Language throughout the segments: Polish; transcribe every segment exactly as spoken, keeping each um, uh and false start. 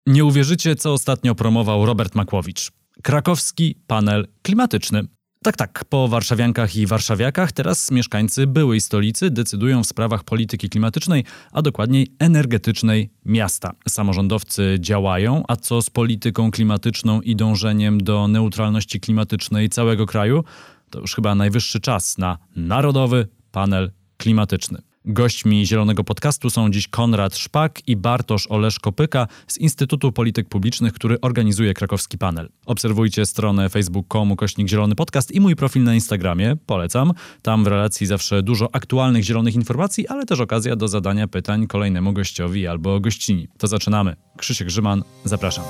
Nie uwierzycie, co ostatnio promował Robert Makłowicz. Krakowski panel klimatyczny. Tak, tak, po warszawiankach i warszawiakach teraz mieszkańcy byłej stolicy decydują w sprawach polityki klimatycznej, a dokładniej energetycznej miasta. Samorządowcy działają, a co z polityką klimatyczną i dążeniem do neutralności klimatycznej całego kraju? To już chyba najwyższy czas na Narodowy Panel Klimatyczny. Gośćmi Zielonego Podcastu są dziś Konrad Szpak i Bartosz Oleszko-Pyka z Instytutu Polityk Publicznych, który organizuje krakowski panel. Obserwujcie stronę facebook kropka com ukośnik Zielony Podcast i mój profil na Instagramie, polecam. Tam w relacji zawsze dużo aktualnych zielonych informacji, ale też okazja do zadania pytań kolejnemu gościowi albo gościni. To zaczynamy. Krzysiek Grzyman, zapraszam.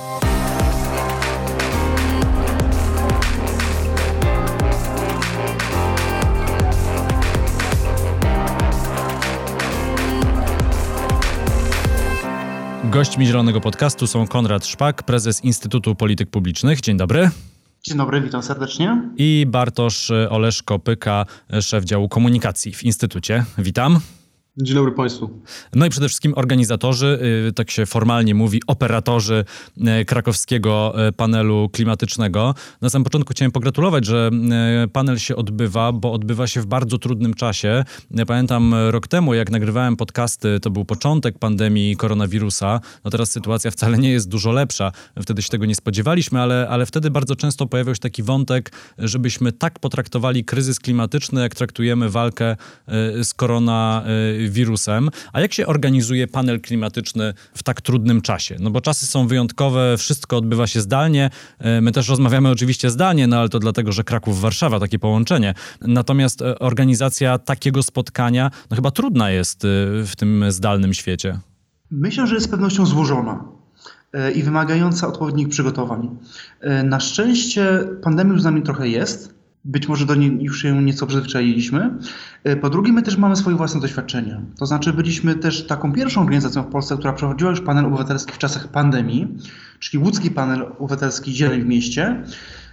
Gośćmi Zielonego Podcastu są Konrad Szpak, prezes Instytutu Polityk Publicznych. Dzień dobry. Dzień dobry, witam serdecznie. I Bartosz Oleszko-Pyka, szef działu komunikacji w Instytucie. Witam. Dzień dobry Państwu. No i przede wszystkim organizatorzy, tak się formalnie mówi, operatorzy krakowskiego panelu klimatycznego. Na samym początku chciałem pogratulować, że panel się odbywa, bo odbywa się w bardzo trudnym czasie. Ja pamiętam rok temu, jak nagrywałem podcasty, to był początek pandemii koronawirusa. No teraz sytuacja wcale nie jest dużo lepsza. Wtedy się tego nie spodziewaliśmy, ale, ale wtedy bardzo często pojawiał się taki wątek, żebyśmy tak potraktowali kryzys klimatyczny, jak traktujemy walkę z koronawirusem. wirusem. A jak się organizuje panel klimatyczny w tak trudnym czasie? No bo czasy są wyjątkowe, wszystko odbywa się zdalnie. My też rozmawiamy oczywiście zdalnie, no ale to dlatego, że Kraków-Warszawa, takie połączenie. Natomiast organizacja takiego spotkania, no chyba trudna jest w tym zdalnym świecie. Myślę, że jest z pewnością złożona i wymagająca odpowiednich przygotowań. Na szczęście pandemia już z nami trochę jest. Być może do niej już się nieco przyzwyczailiśmy. Po drugie, my też mamy swoje własne doświadczenia. To znaczy byliśmy też taką pierwszą organizacją w Polsce, która prowadziła już panel obywatelski w czasach pandemii, czyli łódzki panel obywatelski Zieleń w mieście.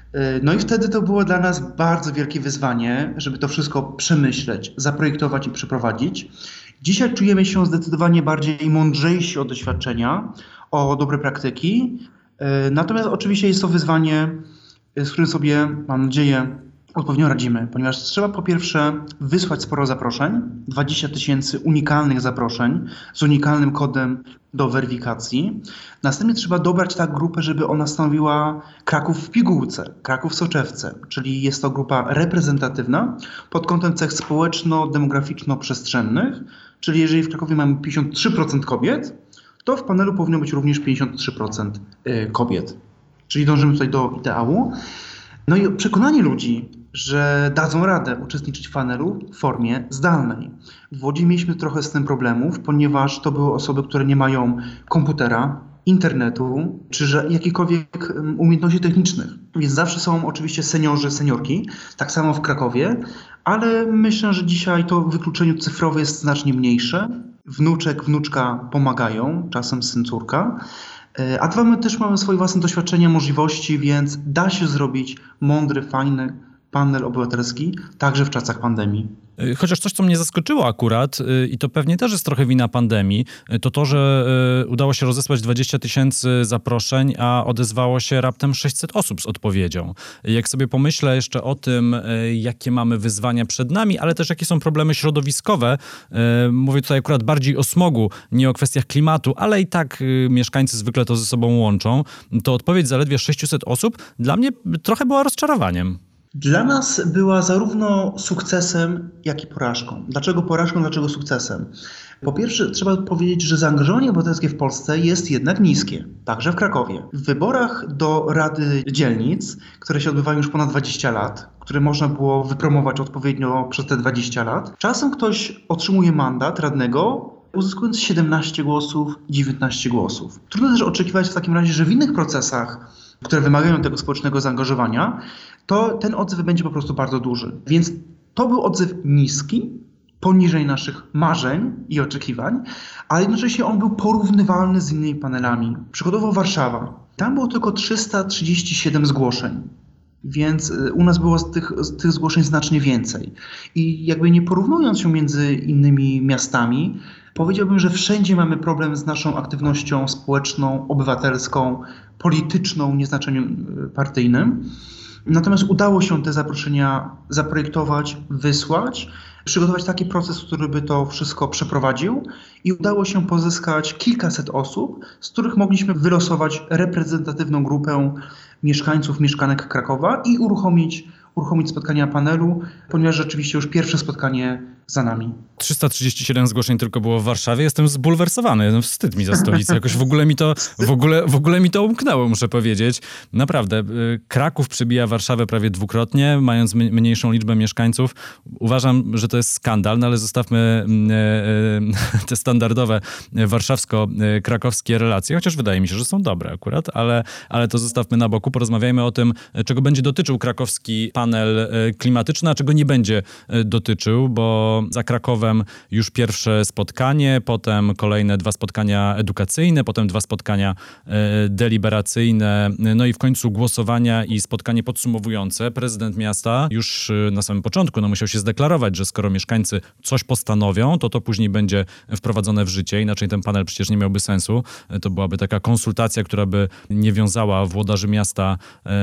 No i wtedy to było dla nas bardzo wielkie wyzwanie, żeby to wszystko przemyśleć, zaprojektować i przeprowadzić. Dzisiaj czujemy się zdecydowanie bardziej mądrzejsi od doświadczenia, o dobre praktyki. Natomiast oczywiście jest to wyzwanie, z którym sobie, mam nadzieję, odpowiednio radzimy, ponieważ trzeba po pierwsze wysłać sporo zaproszeń, dwadzieścia tysięcy unikalnych zaproszeń z unikalnym kodem do weryfikacji. Następnie trzeba dobrać tak grupę, żeby ona stanowiła Kraków w pigułce, Kraków w soczewce, czyli jest to grupa reprezentatywna pod kątem cech społeczno-demograficzno-przestrzennych, czyli jeżeli w Krakowie mamy pięćdziesiąt trzy procent kobiet, to w panelu powinno być również pięćdziesiąt trzy procent kobiet. Czyli dążymy tutaj do ideału. No i przekonanie ludzi, że dadzą radę uczestniczyć w panelu w formie zdalnej. W Łodzi mieliśmy trochę z tym problemów, ponieważ to były osoby, które nie mają komputera, internetu, czy że jakichkolwiek umiejętności technicznych. Więc zawsze są oczywiście seniorzy, seniorki, tak samo w Krakowie, ale myślę, że dzisiaj to wykluczenie cyfrowe jest znacznie mniejsze. Wnuczek, wnuczka pomagają, czasem syn, córka. A dwa, my też mamy swoje własne doświadczenia, możliwości, więc da się zrobić mądry, fajny panel obywatelski, także w czasach pandemii. Chociaż coś, co mnie zaskoczyło akurat, i to pewnie też jest trochę wina pandemii, to to, że udało się rozesłać dwadzieścia tysięcy zaproszeń, a odezwało się raptem sześćset osób z odpowiedzią. Jak sobie pomyślę jeszcze o tym, jakie mamy wyzwania przed nami, ale też jakie są problemy środowiskowe, mówię tutaj akurat bardziej o smogu, nie o kwestiach klimatu, ale i tak mieszkańcy zwykle to ze sobą łączą, to odpowiedź zaledwie sześćset osób dla mnie trochę była rozczarowaniem. Dla nas była zarówno sukcesem, jak i porażką. Dlaczego porażką, dlaczego sukcesem? Po pierwsze, trzeba powiedzieć, że zaangażowanie obywatelskie w Polsce jest jednak niskie, także w Krakowie. W wyborach do Rady Dzielnic, które się odbywają już ponad dwadzieścia lat, które można było wypromować odpowiednio przez te dwadzieścia lat, czasem ktoś otrzymuje mandat radnego, uzyskując siedemnaście głosów, dziewiętnaście głosów. Trudno też oczekiwać w takim razie, że w innych procesach, które wymagają tego społecznego zaangażowania, to ten odzew będzie po prostu bardzo duży. Więc to był odzew niski, poniżej naszych marzeń i oczekiwań, ale jednocześnie on był porównywalny z innymi panelami. Przykładowo Warszawa. Tam było tylko trzysta trzydzieści siedem zgłoszeń. Więc u nas było z tych, z tych zgłoszeń znacznie więcej. I jakby nie porównując się między innymi miastami, powiedziałbym, że wszędzie mamy problem z naszą aktywnością społeczną, obywatelską, polityczną, w nieznaczeniu partyjnym. Natomiast udało się te zaproszenia zaprojektować, wysłać, przygotować taki proces, który by to wszystko przeprowadził i udało się pozyskać kilkaset osób, z których mogliśmy wylosować reprezentatywną grupę mieszkańców, mieszkanek Krakowa i uruchomić, uruchomić spotkania panelu, ponieważ rzeczywiście już pierwsze spotkanie za nami. trzysta trzydzieści siedem zgłoszeń tylko było w Warszawie. Jestem zbulwersowany. No wstyd mi za stolicę. Jakoś w ogóle mi to, w ogóle, w ogóle mi to umknęło, muszę powiedzieć. Naprawdę. Kraków przebija Warszawę prawie dwukrotnie, mając mniejszą liczbę mieszkańców. Uważam, że to jest skandal, no ale zostawmy te standardowe warszawsko-krakowskie relacje, chociaż wydaje mi się, że są dobre akurat, ale, ale to zostawmy na boku. Porozmawiajmy o tym, czego będzie dotyczył krakowski panel klimatyczny, a czego nie będzie dotyczył, bo za Krakowem już pierwsze spotkanie, potem kolejne dwa spotkania edukacyjne, potem dwa spotkania deliberacyjne, no i w końcu głosowania i spotkanie podsumowujące. Prezydent miasta już na samym początku no, musiał się zdeklarować, że skoro mieszkańcy coś postanowią, to to później będzie wprowadzone w życie, inaczej ten panel przecież nie miałby sensu. To byłaby taka konsultacja, która by nie wiązała włodarzy miasta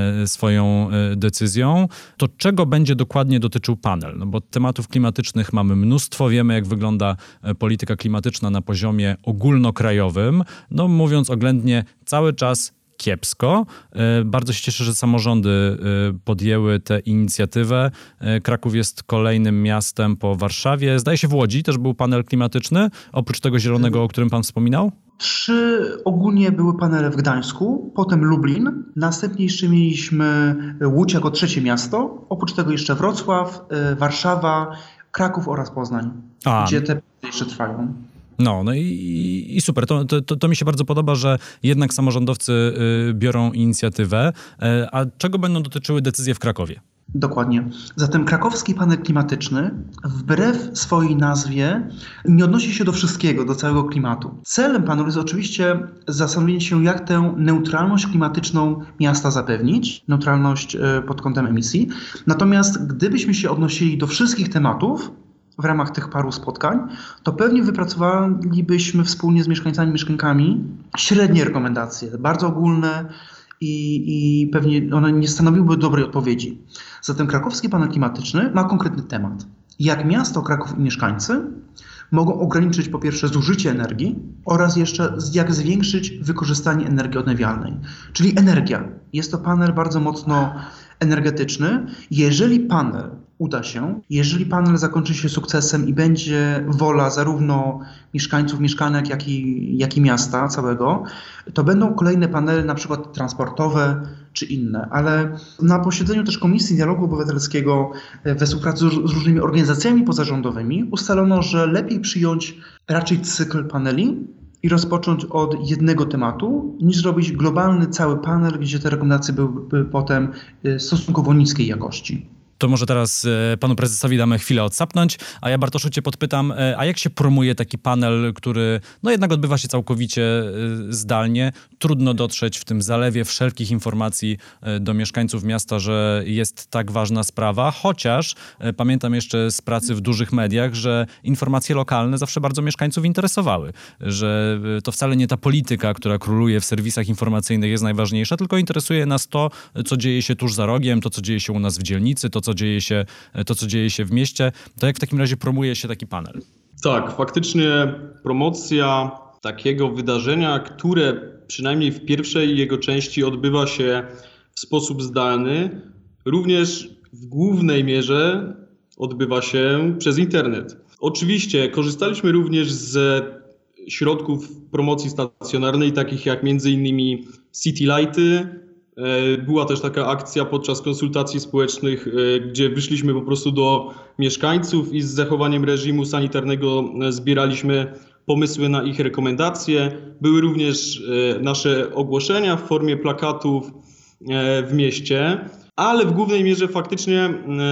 swoją decyzją. To czego będzie dokładnie dotyczył panel? No bo tematów klimatycznych mamy mnóstwo, wiemy jak wygląda polityka klimatyczna na poziomie ogólnokrajowym. No mówiąc oględnie, cały czas kiepsko. Bardzo się cieszę, że samorządy podjęły tę inicjatywę. Kraków jest kolejnym miastem po Warszawie. Zdaje się w Łodzi też był panel klimatyczny, oprócz tego zielonego, o którym pan wspominał? Trzy ogólnie były panele w Gdańsku, potem Lublin, następnie jeszcze mieliśmy Łódź jako trzecie miasto, oprócz tego jeszcze Wrocław, Warszawa, Kraków oraz Poznań, A. gdzie te jeszcze trwają. No, no i, i super. To, to, to mi się bardzo podoba, że jednak samorządowcy y, biorą inicjatywę. Y, a czego będą dotyczyły decyzje w Krakowie? Dokładnie. Zatem krakowski panel klimatyczny wbrew swojej nazwie nie odnosi się do wszystkiego, do całego klimatu. Celem panelu jest oczywiście zastanowienie się, jak tę neutralność klimatyczną miasta zapewnić, neutralność pod kątem emisji. Natomiast gdybyśmy się odnosili do wszystkich tematów w ramach tych paru spotkań, to pewnie wypracowalibyśmy wspólnie z mieszkańcami, mieszkankami średnie rekomendacje, bardzo ogólne, I, i pewnie one nie stanowiłyby dobrej odpowiedzi. Zatem krakowski panel klimatyczny ma konkretny temat. Jak miasto Kraków i mieszkańcy mogą ograniczyć po pierwsze zużycie energii oraz jeszcze jak zwiększyć wykorzystanie energii odnawialnej. Czyli energia. Jest to panel bardzo mocno energetyczny. Jeżeli panel uda się, jeżeli panel zakończy się sukcesem i będzie wola zarówno mieszkańców, mieszkanek, jak i, jak i miasta całego, to będą kolejne panele, na przykład transportowe czy inne. Ale na posiedzeniu też Komisji Dialogu Obywatelskiego we współpracy z różnymi organizacjami pozarządowymi ustalono, że lepiej przyjąć raczej cykl paneli i rozpocząć od jednego tematu, niż zrobić globalny cały panel, gdzie te rekomendacje byłyby potem stosunkowo niskiej jakości. To może teraz panu prezesowi damy chwilę odsapnąć, a ja Bartoszu cię podpytam, a jak się promuje taki panel, który no jednak odbywa się całkowicie zdalnie? Trudno dotrzeć w tym zalewie wszelkich informacji do mieszkańców miasta, że jest tak ważna sprawa, chociaż pamiętam jeszcze z pracy w dużych mediach, że informacje lokalne zawsze bardzo mieszkańców interesowały, że to wcale nie ta polityka, która króluje w serwisach informacyjnych jest najważniejsza, tylko interesuje nas to, co dzieje się tuż za rogiem, to, co dzieje się u nas w dzielnicy, to, co dzieje się, to, co dzieje się w mieście. To jak w takim razie promuje się taki panel? Tak, faktycznie promocja takiego wydarzenia, które przynajmniej w pierwszej jego części odbywa się w sposób zdalny, również w głównej mierze odbywa się przez internet. Oczywiście korzystaliśmy również z środków promocji stacjonarnej, takich jak między innymi City Lighty. Była też taka akcja podczas konsultacji społecznych, gdzie wyszliśmy po prostu do mieszkańców i z zachowaniem reżimu sanitarnego zbieraliśmy pomysły na ich rekomendacje. Były również nasze ogłoszenia w formie plakatów w mieście, ale w głównej mierze faktycznie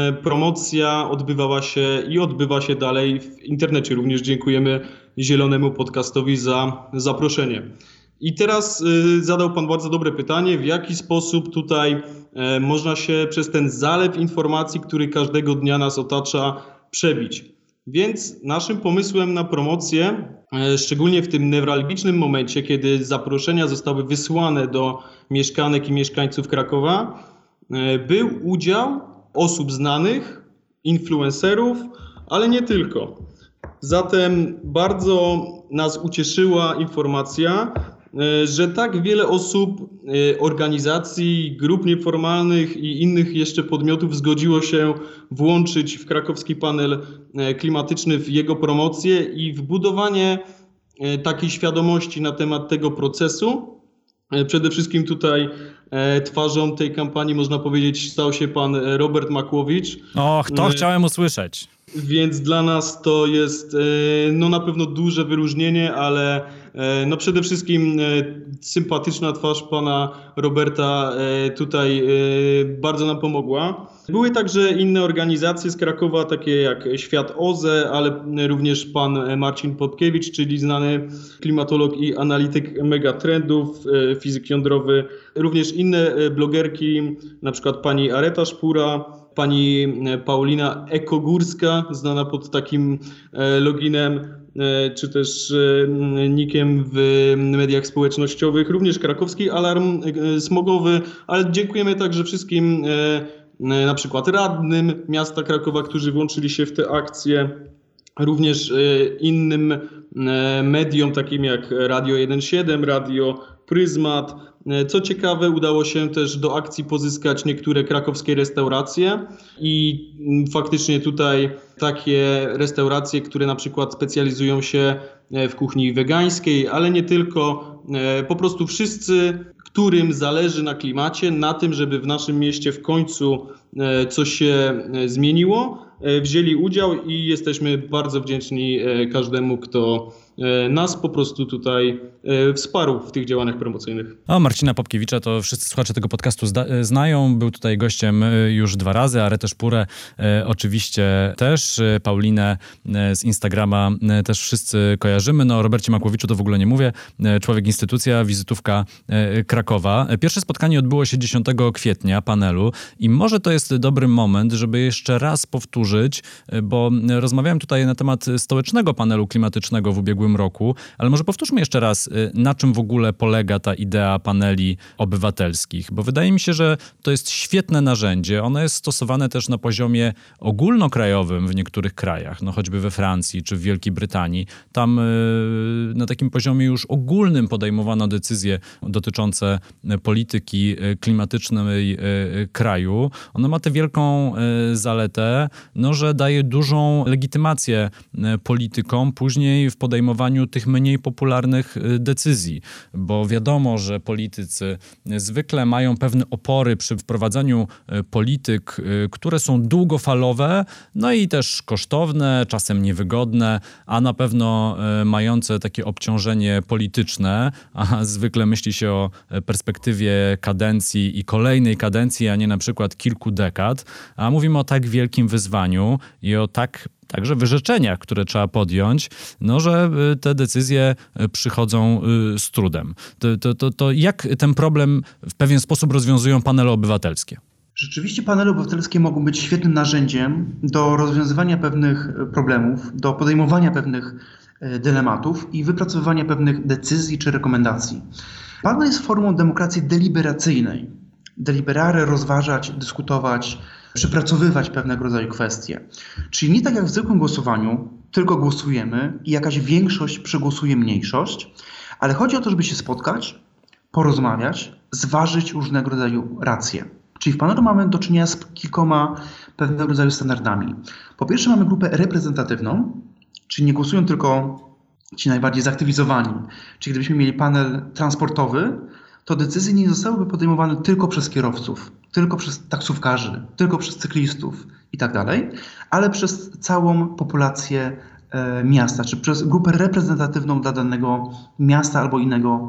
promocja odbywała się i odbywa się dalej w internecie. Również dziękujemy Zielonemu Podcastowi za zaproszenie. I teraz y, zadał Pan bardzo dobre pytanie, w jaki sposób tutaj y, można się przez ten zalew informacji, który każdego dnia nas otacza, przebić. Więc naszym pomysłem na promocję, y, szczególnie w tym newralgicznym momencie, kiedy zaproszenia zostały wysłane do mieszkanek i mieszkańców Krakowa, y, był udział osób znanych, influencerów, ale nie tylko. Zatem bardzo nas ucieszyła informacja, że tak wiele osób, organizacji, grup nieformalnych i innych jeszcze podmiotów zgodziło się włączyć w krakowski panel klimatyczny, w jego promocję i w budowanie takiej świadomości na temat tego procesu. Przede wszystkim tutaj twarzą tej kampanii, można powiedzieć, stał się pan Robert Makłowicz. Och, to chciałem usłyszeć. Więc dla nas to jest no na pewno duże wyróżnienie, ale no przede wszystkim sympatyczna twarz pana Roberta tutaj bardzo nam pomogła. Były także inne organizacje z Krakowa, takie jak Świat O Z E, ale również pan Marcin Popkiewicz, czyli znany klimatolog i analityk megatrendów, fizyk jądrowy. Również inne blogerki, na przykład pani Areta Szpura, pani Paulina Ekogórska, znana pod takim loginem, czy też nickiem w mediach społecznościowych, również krakowski alarm smogowy, ale dziękujemy także wszystkim na przykład radnym miasta Krakowa, którzy włączyli się w tę akcję, również innym mediom takim jak Radio jeden siedem, Radio Pryzmat. Co ciekawe, udało się też do akcji pozyskać niektóre krakowskie restauracje i faktycznie tutaj takie restauracje, które na przykład specjalizują się w kuchni wegańskiej, ale nie tylko, po prostu wszyscy, którym zależy na klimacie, na tym, żeby w naszym mieście w końcu coś się zmieniło, wzięli udział i jesteśmy bardzo wdzięczni każdemu, kto nas po prostu tutaj wsparł w tych działaniach promocyjnych. O, Marcina Popkiewicza to wszyscy słuchacze tego podcastu zda- znają. Był tutaj gościem już dwa razy, Aretę Szpurę e, oczywiście też, Paulinę e, z Instagrama e, też wszyscy kojarzymy. No o Robercie Makłowiczu to w ogóle nie mówię. E, człowiek instytucja, wizytówka e, Krakowa. Pierwsze spotkanie odbyło się dziesiątego kwietnia panelu i może to jest dobry moment, żeby jeszcze raz powtórzyć, e, bo rozmawiałem tutaj na temat stołecznego panelu klimatycznego w ubiegłym roku, ale może powtórzmy jeszcze raz, na czym w ogóle polega ta idea paneli obywatelskich, bo wydaje mi się, że to jest świetne narzędzie. Ono jest stosowane też na poziomie ogólnokrajowym w niektórych krajach, no choćby we Francji czy w Wielkiej Brytanii. Tam yy, na takim poziomie już ogólnym podejmowano decyzje dotyczące polityki klimatycznej yy, kraju. Ono ma tę wielką yy, zaletę, no, że daje dużą legitymację yy, politykom później w podejmowaniu tych mniej popularnych decyzji, bo wiadomo, że politycy zwykle mają pewne opory przy wprowadzaniu polityk, które są długofalowe, no i też kosztowne, czasem niewygodne, a na pewno mające takie obciążenie polityczne, a zwykle myśli się o perspektywie kadencji i kolejnej kadencji, a nie na przykład kilku dekad, a mówimy o tak wielkim wyzwaniu i o tak także wyrzeczeniach, które trzeba podjąć, no, że te decyzje przychodzą z trudem. To, to, to, to jak ten problem w pewien sposób rozwiązują panele obywatelskie? Rzeczywiście panele obywatelskie mogą być świetnym narzędziem do rozwiązywania pewnych problemów, do podejmowania pewnych dylematów i wypracowywania pewnych decyzji czy rekomendacji. Panel jest formą demokracji deliberacyjnej. Deliberare rozważać, dyskutować, przepracowywać pewnego rodzaju kwestie. Czyli nie tak jak w zwykłym głosowaniu, tylko głosujemy i jakaś większość przegłosuje mniejszość, ale chodzi o to, żeby się spotkać, porozmawiać, zważyć różnego rodzaju racje. Czyli w panelu mamy do czynienia z kilkoma pewnego rodzaju standardami. Po pierwsze mamy grupę reprezentatywną, czyli nie głosują tylko ci najbardziej zaktywizowani. Czyli gdybyśmy mieli panel transportowy, to decyzje nie zostałyby podejmowane tylko przez kierowców, tylko przez taksówkarzy, tylko przez cyklistów i tak dalej, ale przez całą populację e, miasta, czy przez grupę reprezentatywną dla danego miasta albo innego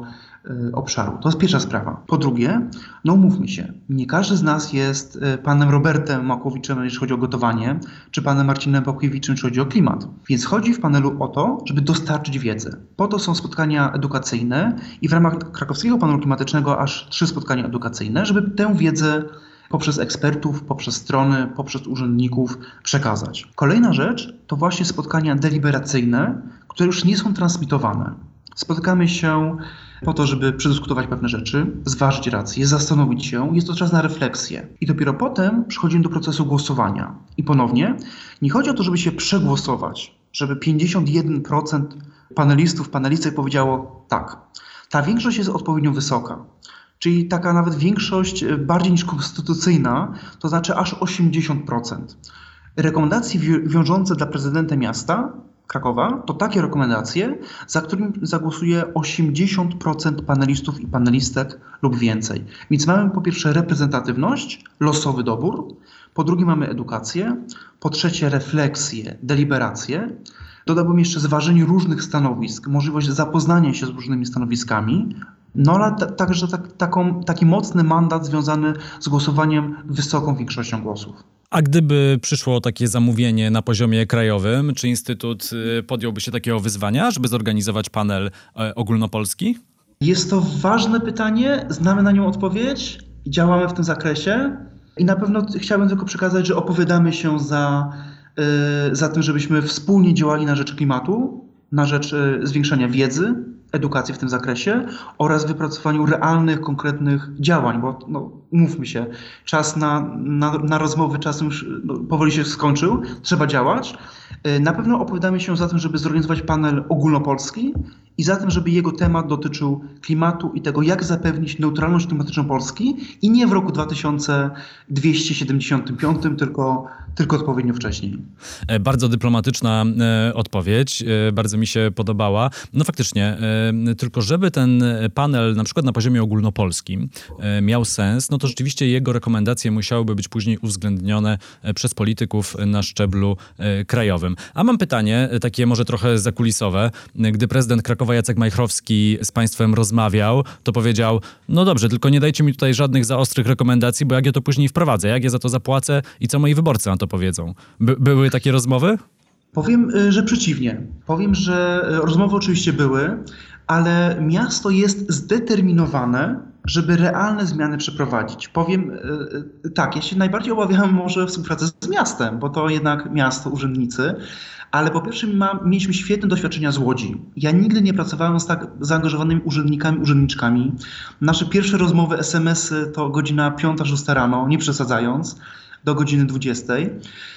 obszaru. To jest pierwsza sprawa. Po drugie, no umówmy się, nie każdy z nas jest panem Robertem Makłowiczem, jeśli chodzi o gotowanie, czy panem Marcinem Pałkiewiczem, jeśli chodzi o klimat. Więc chodzi w panelu o to, żeby dostarczyć wiedzę. Po to są spotkania edukacyjne i w ramach krakowskiego panelu klimatycznego aż trzy spotkania edukacyjne, żeby tę wiedzę poprzez ekspertów, poprzez strony, poprzez urzędników przekazać. Kolejna rzecz to właśnie spotkania deliberacyjne, które już nie są transmitowane. Spotykamy się po to, żeby przedyskutować pewne rzeczy, zważyć racje, zastanowić się. Jest to czas na refleksję. I dopiero potem przechodzimy do procesu głosowania. I ponownie, nie chodzi o to, żeby się przegłosować, żeby pięćdziesiąt jeden procent panelistów, panelistek powiedziało tak. Ta większość jest odpowiednio wysoka. Czyli taka nawet większość bardziej niż konstytucyjna, to znaczy aż osiemdziesiąt procent. Rekomendacje wiążące dla prezydenta miasta Krakowa to takie rekomendacje, za którymi zagłosuje osiemdziesiąt procent panelistów i panelistek lub więcej. Więc mamy po pierwsze reprezentatywność, losowy dobór, po drugie mamy edukację, po trzecie refleksję, deliberację. Dodałbym jeszcze zważenie różnych stanowisk, możliwość zapoznania się z różnymi stanowiskami, no ale t- także tak, taką, taki mocny mandat związany z głosowaniem wysoką większością głosów. A gdyby przyszło takie zamówienie na poziomie krajowym, czy Instytut podjąłby się takiego wyzwania, żeby zorganizować panel ogólnopolski? Jest to ważne pytanie, znamy na nią odpowiedź, działamy w tym zakresie i na pewno chciałbym tylko przekazać, że opowiadamy się za, yy, za tym, żebyśmy wspólnie działali na rzecz klimatu, na rzecz yy, zwiększania wiedzy, edukacji w tym zakresie oraz wypracowaniu realnych, konkretnych działań, bo no, mówmy się, czas na, na, na rozmowy czasem już no, powoli się skończył, trzeba działać. Na pewno opowiadamy się za tym, żeby zorganizować panel ogólnopolski i za tym, żeby jego temat dotyczył klimatu i tego, jak zapewnić neutralność klimatyczną Polski i nie w roku dwa tysiące dwieście siedemdziesiątym piątym, tylko, tylko odpowiednio wcześniej. Bardzo dyplomatyczna e, odpowiedź, e, bardzo mi się podobała. No faktycznie, e, tylko żeby ten panel na przykład na poziomie ogólnopolskim e, miał sens, no to rzeczywiście jego rekomendacje musiałyby być później uwzględnione e, przez polityków na szczeblu e, krajowym. A mam pytanie, takie może trochę zakulisowe. Gdy prezydent Krakowa Jacek Majchrowski z państwem rozmawiał, to powiedział, no dobrze, tylko nie dajcie mi tutaj żadnych za ostrych rekomendacji, bo jak ja to później wprowadzę, jak ja za to zapłacę i co moi wyborcy na to powiedzą. By, były takie rozmowy? Powiem, że przeciwnie. Powiem, że rozmowy oczywiście były, ale miasto jest zdeterminowane, żeby realne zmiany przeprowadzić. Powiem tak, ja się najbardziej obawiam może współpracy z miastem, bo to jednak miasto, urzędnicy, ale po pierwsze ma, mieliśmy świetne doświadczenia z Łodzi. Ja nigdy nie pracowałem z tak zaangażowanymi urzędnikami, urzędniczkami. Nasze pierwsze rozmowy, es em esy to godzina piąta, szósta rano, nie przesadzając, do godziny dwudziestej.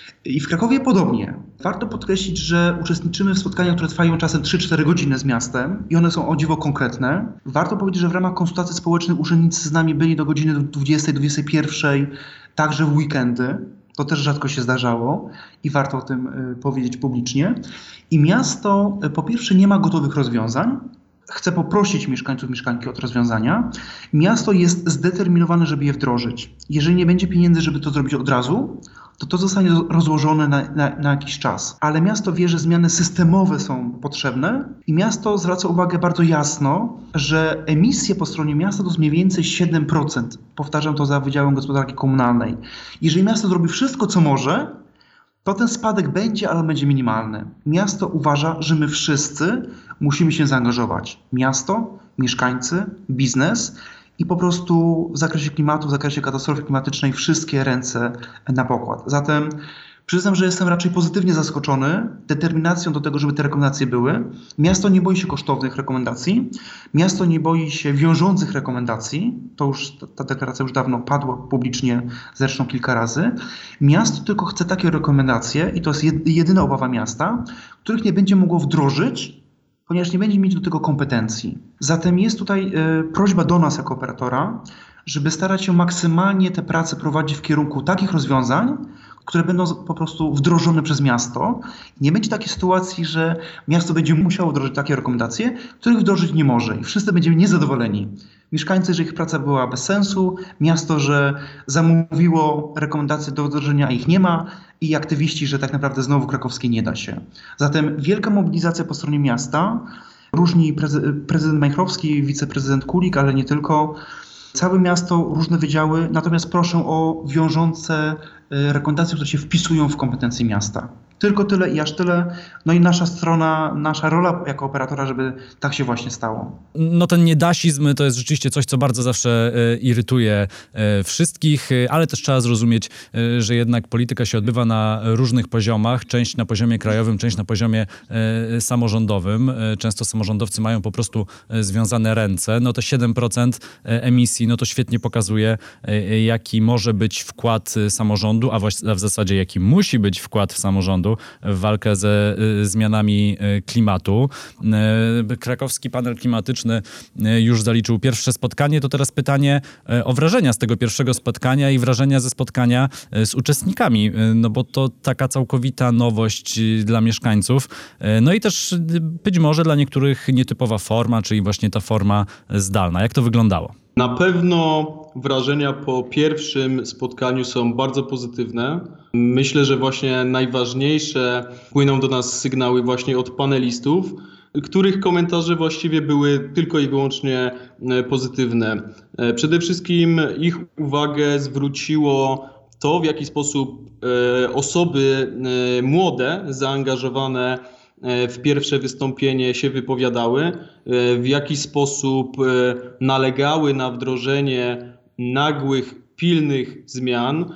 I w Krakowie podobnie. Warto podkreślić, że uczestniczymy w spotkaniach, które trwają czasem trzy cztery godziny z miastem i one są o dziwo konkretne. Warto powiedzieć, że w ramach konsultacji społecznych urzędnicy z nami byli do godziny dwudziestej, dwudziestej pierwszej, także w weekendy. To też rzadko się zdarzało i warto o tym y, powiedzieć publicznie. I miasto y, po pierwsze nie ma gotowych rozwiązań. Chcę poprosić mieszkańców, mieszkanki o te rozwiązania. Miasto jest zdeterminowane, żeby je wdrożyć. Jeżeli nie będzie pieniędzy, żeby to zrobić od razu, to to zostanie rozłożone na, na, na jakiś czas. Ale miasto wie, że zmiany systemowe są potrzebne i miasto zwraca uwagę bardzo jasno, że emisje po stronie miasta to jest mniej więcej siedem procent. Powtarzam to za Wydziałem Gospodarki Komunalnej. Jeżeli miasto zrobi wszystko, co może, to ten spadek będzie, ale będzie minimalny. Miasto uważa, że my wszyscy musimy się zaangażować. Miasto, mieszkańcy, biznes i po prostu w zakresie klimatu, w zakresie katastrofy klimatycznej wszystkie ręce na pokład. Zatem przyznam, że jestem raczej pozytywnie zaskoczony determinacją do tego, żeby te rekomendacje były. Miasto nie boi się kosztownych rekomendacji. Miasto nie boi się wiążących rekomendacji. To już, ta deklaracja już dawno padła publicznie, zresztą kilka razy. Miasto tylko chce takie rekomendacje i to jest jedyna obawa miasta, których nie będzie mogło wdrożyć, ponieważ nie będzie mieć do tego kompetencji. Zatem jest tutaj y, prośba do nas jako operatora, żeby starać się maksymalnie te prace prowadzić w kierunku takich rozwiązań, które będą po prostu wdrożone przez miasto. Nie będzie takiej sytuacji, że miasto będzie musiało wdrożyć takie rekomendacje, których wdrożyć nie może i wszyscy będziemy niezadowoleni. Mieszkańcy, że ich praca była bez sensu, miasto, że zamówiło rekomendacje do wdrożenia, a ich nie ma i aktywiści, że tak naprawdę znowu krakowskiej nie da się. Zatem wielka mobilizacja po stronie miasta. różni prezy- prezydent Majchrowski, wiceprezydent Kulik, ale nie tylko. Całe miasto, różne wydziały, natomiast proszę o wiążące rekomendacje, które się wpisują w kompetencje miasta. Tylko tyle i aż tyle. No i nasza strona, nasza rola jako operatora, żeby tak się właśnie stało. No ten niedasizm to jest rzeczywiście coś, co bardzo zawsze e, irytuje e, wszystkich, e, ale też trzeba zrozumieć, e, że jednak polityka się odbywa na różnych poziomach. Część na poziomie krajowym, część na poziomie e, samorządowym. E, często samorządowcy mają po prostu e, związane ręce. No to siedem procent emisji, no to świetnie pokazuje, e, jaki może być wkład samorządu, a, właś- a w zasadzie jaki musi być wkład samorządu w walkę ze y, zmianami y, klimatu. Y, krakowski panel klimatyczny y, już zaliczył pierwsze spotkanie. To teraz pytanie y, o wrażenia z tego pierwszego spotkania i wrażenia ze spotkania y, z uczestnikami, y, no bo to taka całkowita nowość y, dla mieszkańców. Y, no i też y, być może dla niektórych nietypowa forma, czyli właśnie ta forma zdalna. Jak to wyglądało? Na pewno wrażenia po pierwszym spotkaniu są bardzo pozytywne. Myślę, że właśnie najważniejsze płyną do nas sygnały właśnie od panelistów, których komentarze właściwie były tylko i wyłącznie pozytywne. Przede wszystkim ich uwagę zwróciło to, w jaki sposób osoby młode, zaangażowane w pierwsze wystąpienie się wypowiadały, w jaki sposób nalegały na wdrożenie nagłych, pilnych zmian.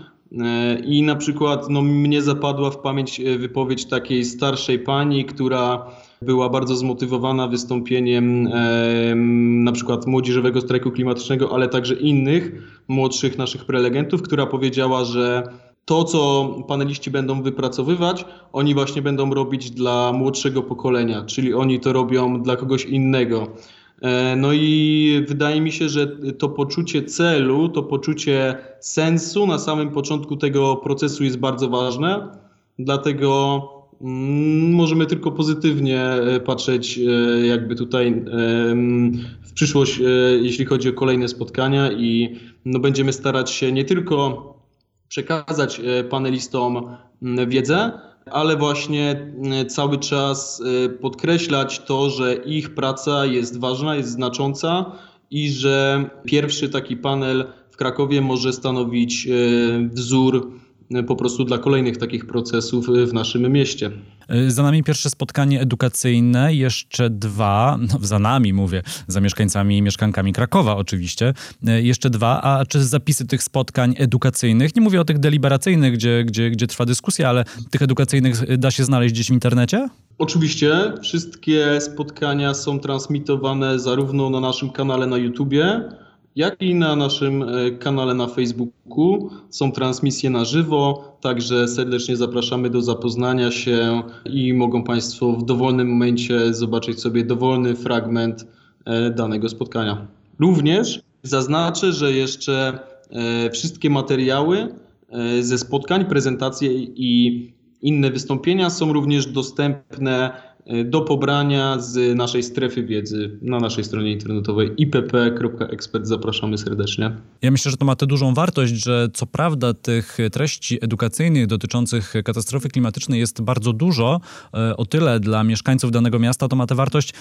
I na przykład no, mnie zapadła w pamięć wypowiedź takiej starszej pani, która była bardzo zmotywowana wystąpieniem e, na przykład młodzieżowego strajku klimatycznego, ale także innych młodszych naszych prelegentów, która powiedziała, że to, co paneliści będą wypracowywać, oni właśnie będą robić dla młodszego pokolenia, czyli oni to robią dla kogoś innego. No i wydaje mi się, że to poczucie celu, to poczucie sensu na samym początku tego procesu jest bardzo ważne, dlatego możemy tylko pozytywnie patrzeć jakby tutaj w przyszłość, jeśli chodzi o kolejne spotkania i no będziemy starać się nie tylko przekazać panelistom wiedzę, ale właśnie cały czas podkreślać to, że ich praca jest ważna, jest znacząca i że pierwszy taki panel w Krakowie może stanowić wzór po prostu dla kolejnych takich procesów w naszym mieście. Za nami pierwsze spotkanie edukacyjne, jeszcze dwa, no za nami mówię, za mieszkańcami i mieszkankami Krakowa oczywiście, jeszcze dwa, a czy zapisy tych spotkań edukacyjnych, nie mówię o tych deliberacyjnych, gdzie, gdzie, gdzie trwa dyskusja, ale tych edukacyjnych da się znaleźć gdzieś w internecie? Oczywiście, wszystkie spotkania są transmitowane zarówno na naszym kanale na YouTubie, jak i na naszym kanale na Facebooku. Są transmisje na żywo, także serdecznie zapraszamy do zapoznania się i mogą Państwo w dowolnym momencie zobaczyć sobie dowolny fragment danego spotkania. Również zaznaczę, że jeszcze wszystkie materiały ze spotkań, prezentacje i inne wystąpienia są również dostępne do pobrania z naszej strefy wiedzy na naszej stronie internetowej i p p kropka ekspert. Zapraszamy serdecznie. Ja myślę, że to ma tę dużą wartość, że co prawda tych treści edukacyjnych dotyczących katastrofy klimatycznej jest bardzo dużo. O tyle dla mieszkańców danego miasta to ma tę wartość,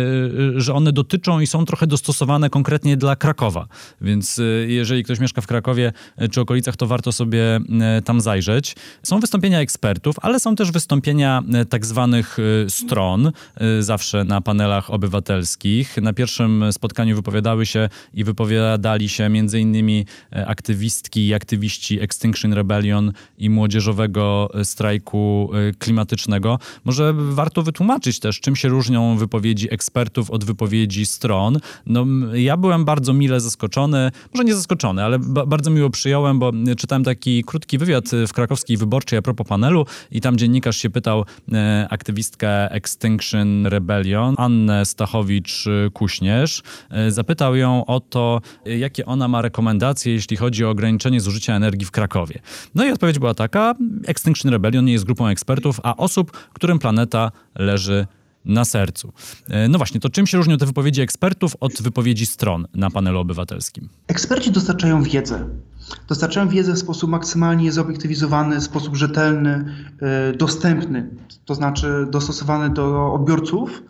że one dotyczą i są trochę dostosowane konkretnie dla Krakowa. Więc jeżeli ktoś mieszka w Krakowie czy okolicach, to warto sobie tam zajrzeć. Są wystąpienia ekspertów, ale są też wystąpienia tak zwanych stron, zawsze na panelach obywatelskich. Na pierwszym spotkaniu wypowiadały się i wypowiadali się między innymi aktywistki i aktywiści Extinction Rebellion i młodzieżowego strajku klimatycznego. Może warto wytłumaczyć też, czym się różnią wypowiedzi ekspertów od wypowiedzi stron. No, ja byłem bardzo mile zaskoczony, może nie zaskoczony, ale ba- bardzo miło przyjąłem, bo czytałem taki krótki wywiad w Krakowskiej Wyborczej a propos panelu i tam dziennikarz się pytał e, aktywistkę Extinction Rebellion, Annę Stachowicz-Kuśnierz. Zapytał ją o to, jakie ona ma rekomendacje, jeśli chodzi o ograniczenie zużycia energii w Krakowie. No i odpowiedź była taka: Extinction Rebellion nie jest grupą ekspertów, a osób, którym planeta leży na sercu. No właśnie, to czym się różnią te wypowiedzi ekspertów od wypowiedzi stron na panelu obywatelskim? Eksperci dostarczają wiedzę. Dostarczają wiedzę w sposób maksymalnie zobiektywizowany, w sposób rzetelny, dostępny, to znaczy dostosowany do odbiorców,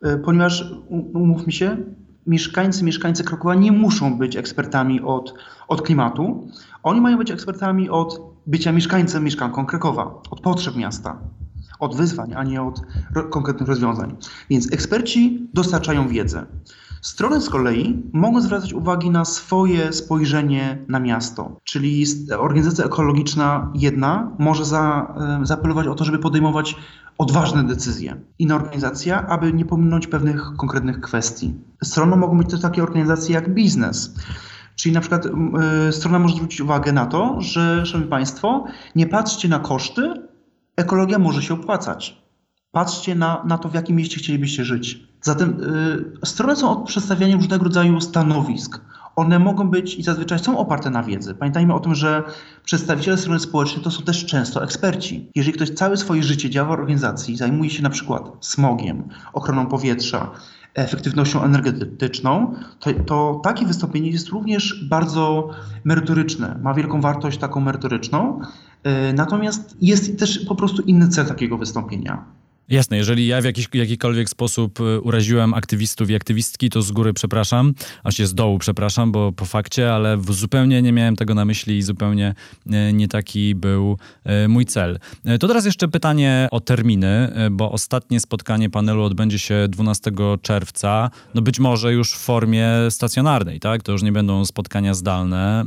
ponieważ, umówmy się, mieszkańcy, mieszkańcy Krakowa nie muszą być ekspertami od, od klimatu. Oni mają być ekspertami od bycia mieszkańcem, mieszkanką Krakowa, od potrzeb miasta, od wyzwań, a nie od ro- konkretnych rozwiązań. Więc eksperci dostarczają wiedzę. Strony z kolei mogą zwracać uwagi na swoje spojrzenie na miasto, czyli organizacja ekologiczna jedna może za, zaapelować o to, żeby podejmować odważne decyzje. Inna organizacja, aby nie pominąć pewnych konkretnych kwestii. Stroną mogą być też takie organizacje jak biznes. Czyli na przykład y, strona może zwrócić uwagę na to, że, szanowni Państwo, nie patrzcie na koszty, ekologia może się opłacać. Patrzcie na, na to, w jakim mieście chcielibyście żyć. Zatem y, strony są od przedstawiania różnego rodzaju stanowisk. One mogą być i zazwyczaj są oparte na wiedzy. Pamiętajmy o tym, że przedstawiciele strony społecznej to są też często eksperci. Jeżeli ktoś całe swoje życie działa w organizacji, zajmuje się na przykład smogiem, ochroną powietrza, efektywnością energetyczną, to, to takie wystąpienie jest również bardzo merytoryczne, ma wielką wartość taką merytoryczną, yy, natomiast jest też po prostu inny cel takiego wystąpienia. Jasne, jeżeli ja w jakiś, jakikolwiek sposób uraziłem aktywistów i aktywistki, to z góry przepraszam, a się z dołu przepraszam, bo po fakcie, ale zupełnie nie miałem tego na myśli i zupełnie nie taki był mój cel. To teraz jeszcze pytanie o terminy, bo ostatnie spotkanie panelu odbędzie się dwunastego czerwca, no być może już w formie stacjonarnej, tak? To już nie będą spotkania zdalne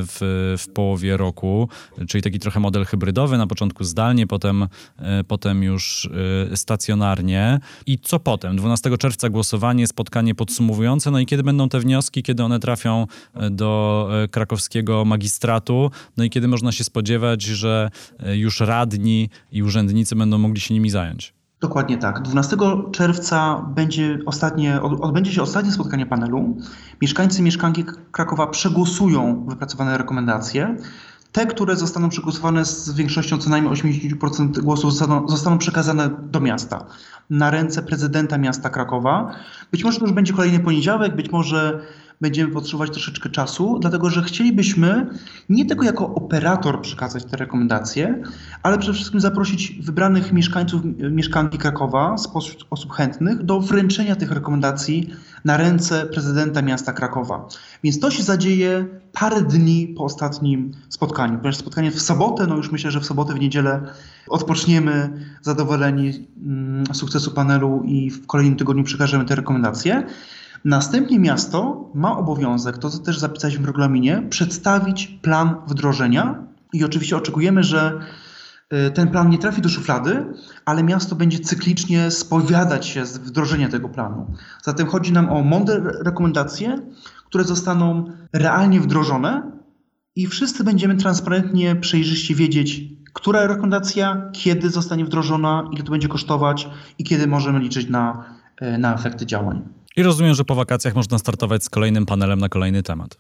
w, w połowie roku, czyli taki trochę model hybrydowy, na początku zdalnie, potem, potem już stacjonarnie. I co potem? dwunastego czerwca głosowanie, spotkanie podsumowujące. No i kiedy będą te wnioski, kiedy one trafią do krakowskiego magistratu? No i kiedy można się spodziewać, że już radni i urzędnicy będą mogli się nimi zająć? Dokładnie tak. dwunastego czerwca będzie ostatnie, odbędzie się ostatnie spotkanie panelu. Mieszkańcy i mieszkanki Krakowa przegłosują wypracowane rekomendacje. Te, które zostaną przegłosowane z większością co najmniej osiemdziesiąt procent głosów zostaną, zostaną przekazane do miasta, na ręce prezydenta miasta Krakowa. Być może to już będzie kolejny poniedziałek, być może będziemy potrzebować troszeczkę czasu, dlatego że chcielibyśmy nie tylko jako operator przekazać te rekomendacje, ale przede wszystkim zaprosić wybranych mieszkańców, mieszkanki Krakowa, spośród osób chętnych do wręczenia tych rekomendacji na ręce prezydenta miasta Krakowa. Więc to się zadzieje parę dni po ostatnim spotkaniu, ponieważ spotkanie w sobotę, no już myślę, że w sobotę, w niedzielę odpoczniemy zadowoleni mm, sukcesu panelu i w kolejnym tygodniu przekażemy te rekomendacje. Następnie miasto ma obowiązek, to co też zapisaliśmy w regulaminie, przedstawić plan wdrożenia i oczywiście oczekujemy, że ten plan nie trafi do szuflady, ale miasto będzie cyklicznie spowiadać się z wdrożenia tego planu. Zatem chodzi nam o mądre rekomendacje, które zostaną realnie wdrożone i wszyscy będziemy transparentnie, przejrzyście wiedzieć, która rekomendacja, kiedy zostanie wdrożona, ile to będzie kosztować i kiedy możemy liczyć na, na efekty działań. I rozumiem, że po wakacjach można startować z kolejnym panelem na kolejny temat.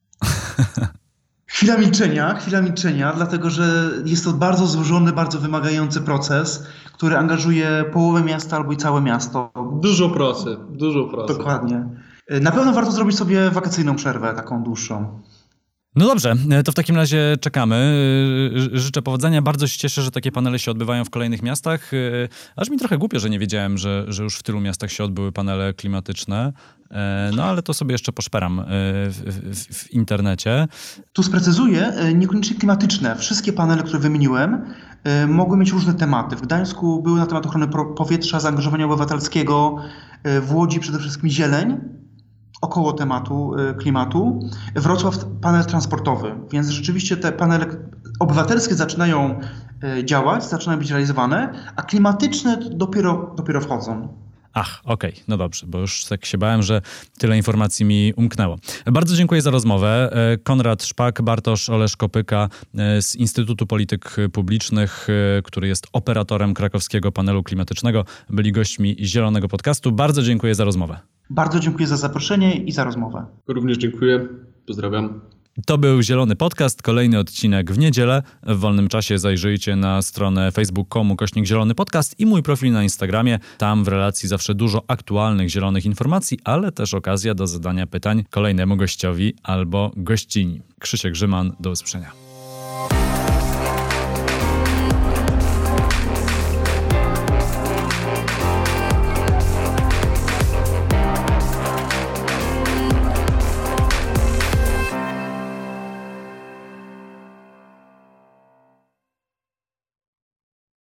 Chwila milczenia, chwila milczenia, dlatego że jest to bardzo złożony, bardzo wymagający proces, który angażuje połowę miasta albo i całe miasto. Dużo pracy, dużo pracy. Dokładnie. Na pewno warto zrobić sobie wakacyjną przerwę, taką dłuższą. No dobrze, to w takim razie czekamy. Życzę powodzenia. Bardzo się cieszę, że takie panele się odbywają w kolejnych miastach. Aż mi trochę głupio, że nie wiedziałem, że, że już w tylu miastach się odbyły panele klimatyczne. No ale to sobie jeszcze poszperam w, w, w internecie. Tu sprecyzuję, niekoniecznie klimatyczne. Wszystkie panele, które wymieniłem, mogły mieć różne tematy. W Gdańsku były na temat ochrony powietrza, zaangażowania obywatelskiego, w Łodzi przede wszystkim zieleń. Około tematu klimatu. Wrocław panel transportowy, więc rzeczywiście te panele obywatelskie zaczynają działać, zaczynają być realizowane, a klimatyczne dopiero, dopiero wchodzą. Ach, okej, okay. No dobrze, bo już tak się bałem, że tyle informacji mi umknęło. Bardzo dziękuję za rozmowę. Konrad Szpak, Bartosz Olesz-Kopyka z Instytutu Polityk Publicznych, który jest operatorem krakowskiego panelu klimatycznego, byli gośćmi Zielonego Podcastu. Bardzo dziękuję za rozmowę. Bardzo dziękuję za zaproszenie i za rozmowę. Również dziękuję. Pozdrawiam. To był Zielony Podcast, kolejny odcinek w niedzielę. W wolnym czasie zajrzyjcie na stronę facebook kropka com ukośnik Zielony Podcast i mój profil na Instagramie. Tam w relacji zawsze dużo aktualnych zielonych informacji, ale też okazja do zadania pytań kolejnemu gościowi albo gościni. Krzysiek Grzyman, do usłyszenia.